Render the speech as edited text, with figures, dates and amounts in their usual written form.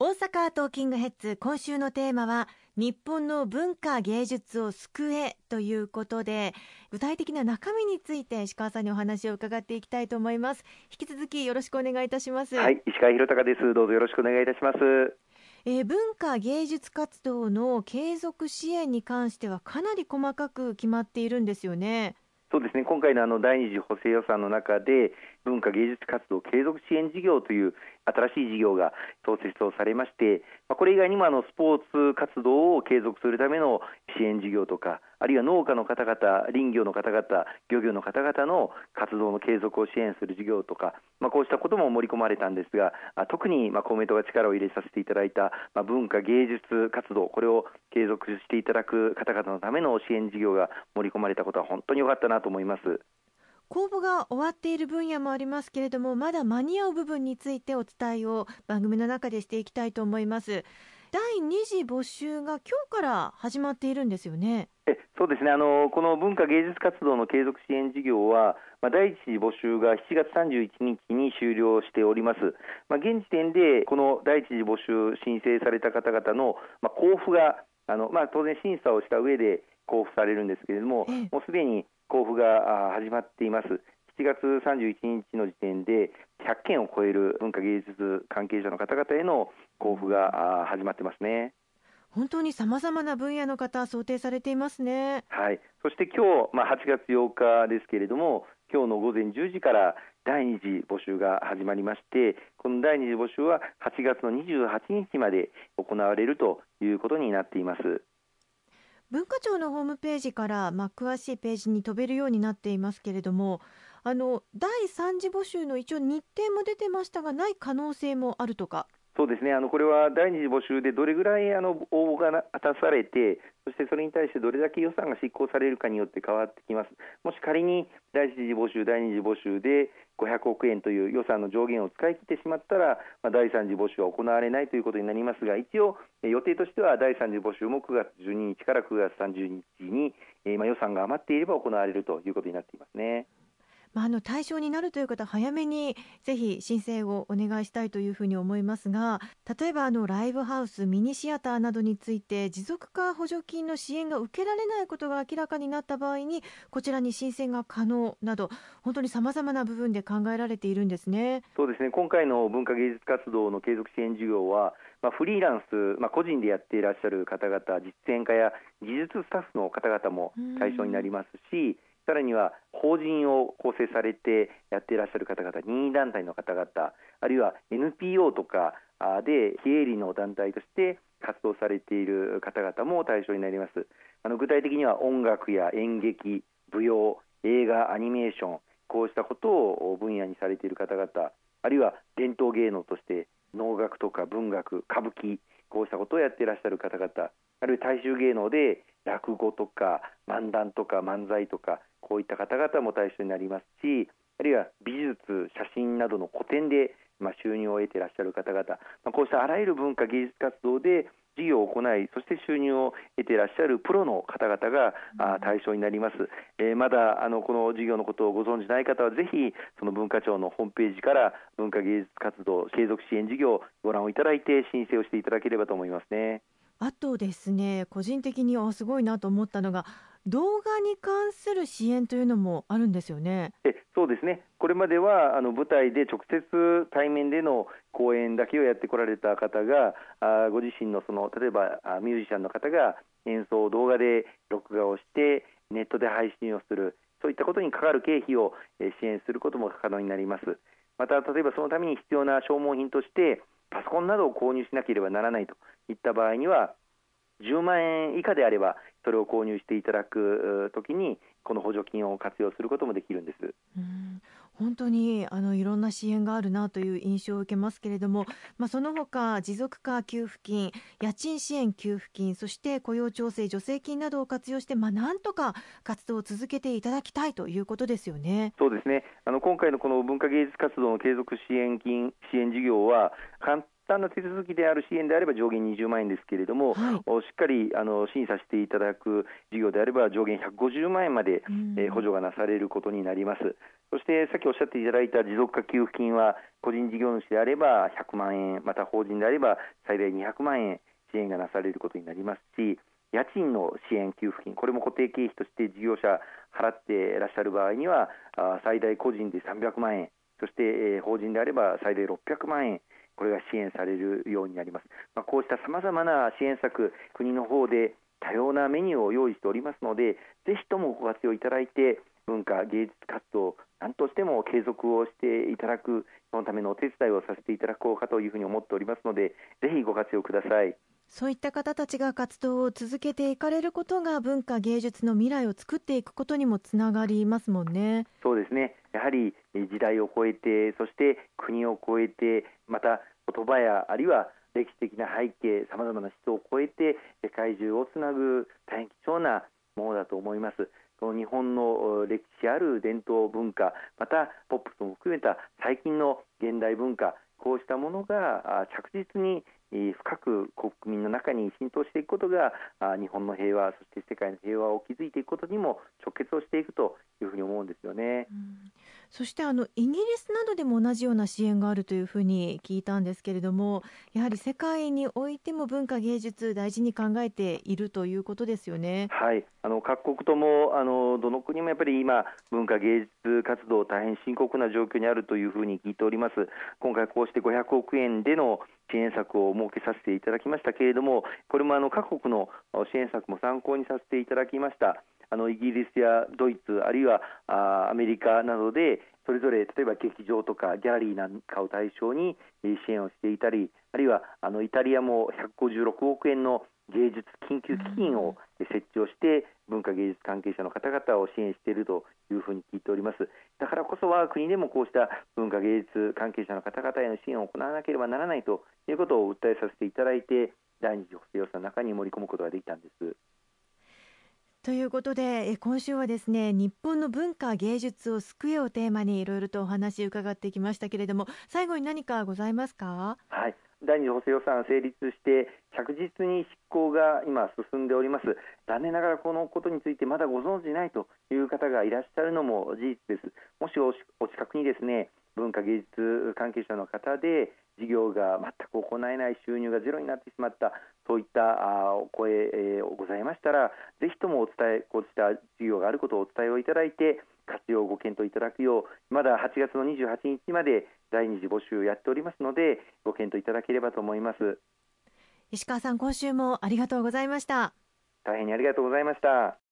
大阪トーキングヘッズ、今週のテーマは日本の文化芸術を救えということで、具体的な中身について石川さんにお話を伺っていきたいと思います。引き続きよろしくお願いいたします。 はい、石川博隆です。どうぞよろしくお願いいたします。 文化芸術活動の継続支援に関してはかなり細かく決まっているんですよね。 そうですね、今回の第二次補正予算の中で文化芸術活動継続支援事業という新しい事業が創設をされまして、これ以外にもスポーツ活動を継続するための支援事業とか、あるいは農家の方々、林業の方々、漁業の方々の活動の継続を支援する事業とか、こうしたことも盛り込まれたんですが、特に公明党が力を入れさせていただいた文化芸術活動、これを継続していただく方々のための支援事業が盛り込まれたことは本当に良かったなと思います。 公募が終わっている分野もありますけれども、まだ間に合う部分についてお伝えを番組の中でしていきたいと思います。第2次募集が今日から始まっているんですよね。 そうですね、この文化芸術活動の継続支援事業は、第一次募集が7月31日に終了しております。現時点でこの第一次募集申請された方々の、交付が当然審査をした上で交付されるんですけれども、もうすでに交付が始まっています。7月31日の時点で100件を超える文化芸術関係者の方々への交付が始まってますね。 本当にさまざまな分野の方想定されていますね。 はい、そして今日、8月8日ですけれども、今日の午前10時から第2次募集が始まりまして、この第2次募集は8月の28日まで行われるということになっています。 文化庁のホームページから、詳しいページに飛べるようになっていますけれども、第3次募集の一応日程も出てましたが、ない可能性もあるとか。 そうですね、これは第二次募集でどれぐらい応募が出されて、そしてそれに対してどれだけ予算が執行されるかによって変わってきます。もし仮に第一次募集、第二次募集で500億円という予算の上限を使い切ってしまったら、第三次募集は行われないということになりますが、一応予定としては第三次募集も9月12日から9月30日に、予算が余っていれば行われるということになっていますね。 対象になるという方は早めにぜひ申請をお願いしたいというふうに思いますが、例えばライブハウス、ミニシアターなどについて持続化補助金の支援が受けられないことが明らかになった場合にこちらに申請が可能など、本当にさまざまな部分で考えられているんですね。 そうですね、今回の文化芸術活動の継続支援事業は、フリーランス、個人でやっていらっしゃる方々、実践家や技術スタッフの方々も対象になりますし、さらには法人を構成されてやっていらっしゃる方々、任意団体の方々、あるいは NPO とかで非営利の団体として活動されている方々も対象になります。具体的には音楽や演劇、舞踊、映画、アニメーション、こうしたことを分野にされている方々、あるいは伝統芸能として能楽とか文学、歌舞伎、こうしたことをやっていらっしゃる方々、あるいは大衆芸能で落語とか漫談とか漫才とか、こういった方々も対象になりますし、あるいは美術、写真などの個展で収入を得ていらっしゃる方々、こうしたあらゆる文化芸術活動で事業を行い、そして収入を得ていらっしゃるプロの方々が対象になります。まだこの事業のことをご存じない方は、ぜひその文化庁のホームページから文化芸術活動継続支援事業をご覧をいただいて申請をしていただければと思いますね。 あとですね、個人的にすごいなと思ったのが、動画に関する支援というのもあるんですよね。 そうですね、これまでは舞台で直接対面での公演だけをやってこられた方が、ご自身の例えばミュージシャンの方が演奏を動画で録画をしてネットで配信をする、そういったことにかかる経費を支援することも可能になります。また例えばそのために必要な消耗品としてパソコンなどを購入しなければならないといった場合には、10万円以下であればそれを購入していただくときにこの補助金を活用することもできるんです。 本当にいろんな支援があるなという印象を受けますけれども、その他持続化給付金、家賃支援給付金、そして雇用調整助成金などを活用して、なんとか活動を続けていただきたいということですよね。 そうですね、今回のこの文化芸術活動の継続支援事業は簡単な手続きである支援であれば上限20万円ですけれども、 はい、 しっかり審査していただく事業であれば上限150万円まで、補助がなされることになります。そしてさっきおっしゃっていただいた持続化給付金は個人事業主であれば100万円、また法人であれば最大200万円支援がなされることになりますし、家賃の支援給付金、これも固定経費として事業者払っていらっしゃる場合には最大個人で300万円、そして法人であれば最大600万円、これが支援されるようになります。こうしたさまざまな支援策、国の方で多様なメニューを用意しておりますので、ぜひともご活用いただいて文化芸術活動何としても継続をしていただく、そのためのお手伝いをさせていただこうかというふうに思っておりますので、ぜひご活用ください。 そういった方たちが活動を続けていかれることが文化芸術の未来を作っていくことにもつながりますもんね。 そうですね、やはり時代を超えて、そして国を超えて、また言葉やあるいは歴史的な背景、さまざまな人を超えて世界中をつなぐ大変貴重なものだと思います。この日本の歴史ある伝統文化、またポップスも含めた最近の現代文化、こうしたものが着実に深く国民の中に浸透していくことが日本の平和、そして世界の平和を築いていくことにも直結をしていくというふうに思うんですよね。 そしてイギリスなどでも同じような支援があるというふうに聞いたんですけれども、やはり世界においても文化芸術大事に考えているということですよね。 はい、各国ともどの国もやっぱり今文化芸術活動大変深刻な状況にあるというふうに聞いております。今回こうして500億円での支援策を設けさせていただきましたけれども、これも各国の支援策も参考にさせていただきました。イギリスやドイツ、あるいはアメリカなどでそれぞれ例えば劇場とかギャラリーなんかを対象に支援をしていたり、あるいはイタリアも156億円の芸術緊急基金を設置をして文化芸術関係者の方々を支援しているというふうに聞いております。だからこそ我が国でもこうした文化芸術関係者の方々への支援を行わなければならないということを訴えさせていただいて、第二次補正予算の中に盛り込むことができたんです。 ということで、今週はですね、日本の文化芸術を救えをテーマにいろいろとお話伺ってきましたけれども、最後に何かございますか？ はい、第二次補正予算成立して着実に執行が今進んでおります。残念ながらこのことについてまだご存じないという方がいらっしゃるのも事実です。もしお近くにですね、文化芸術関係者の方で事業が全く行えない、収入がゼロになってしまった、そういったお声、ございましたら、ぜひともこうした事業があることをお伝えをいただいて活用をご検討いただくよう、まだ8月の28日まで第二次募集をやっておりますので、ご検討いただければと思います。 石川さん、今週もありがとうございました。 大変にありがとうございました。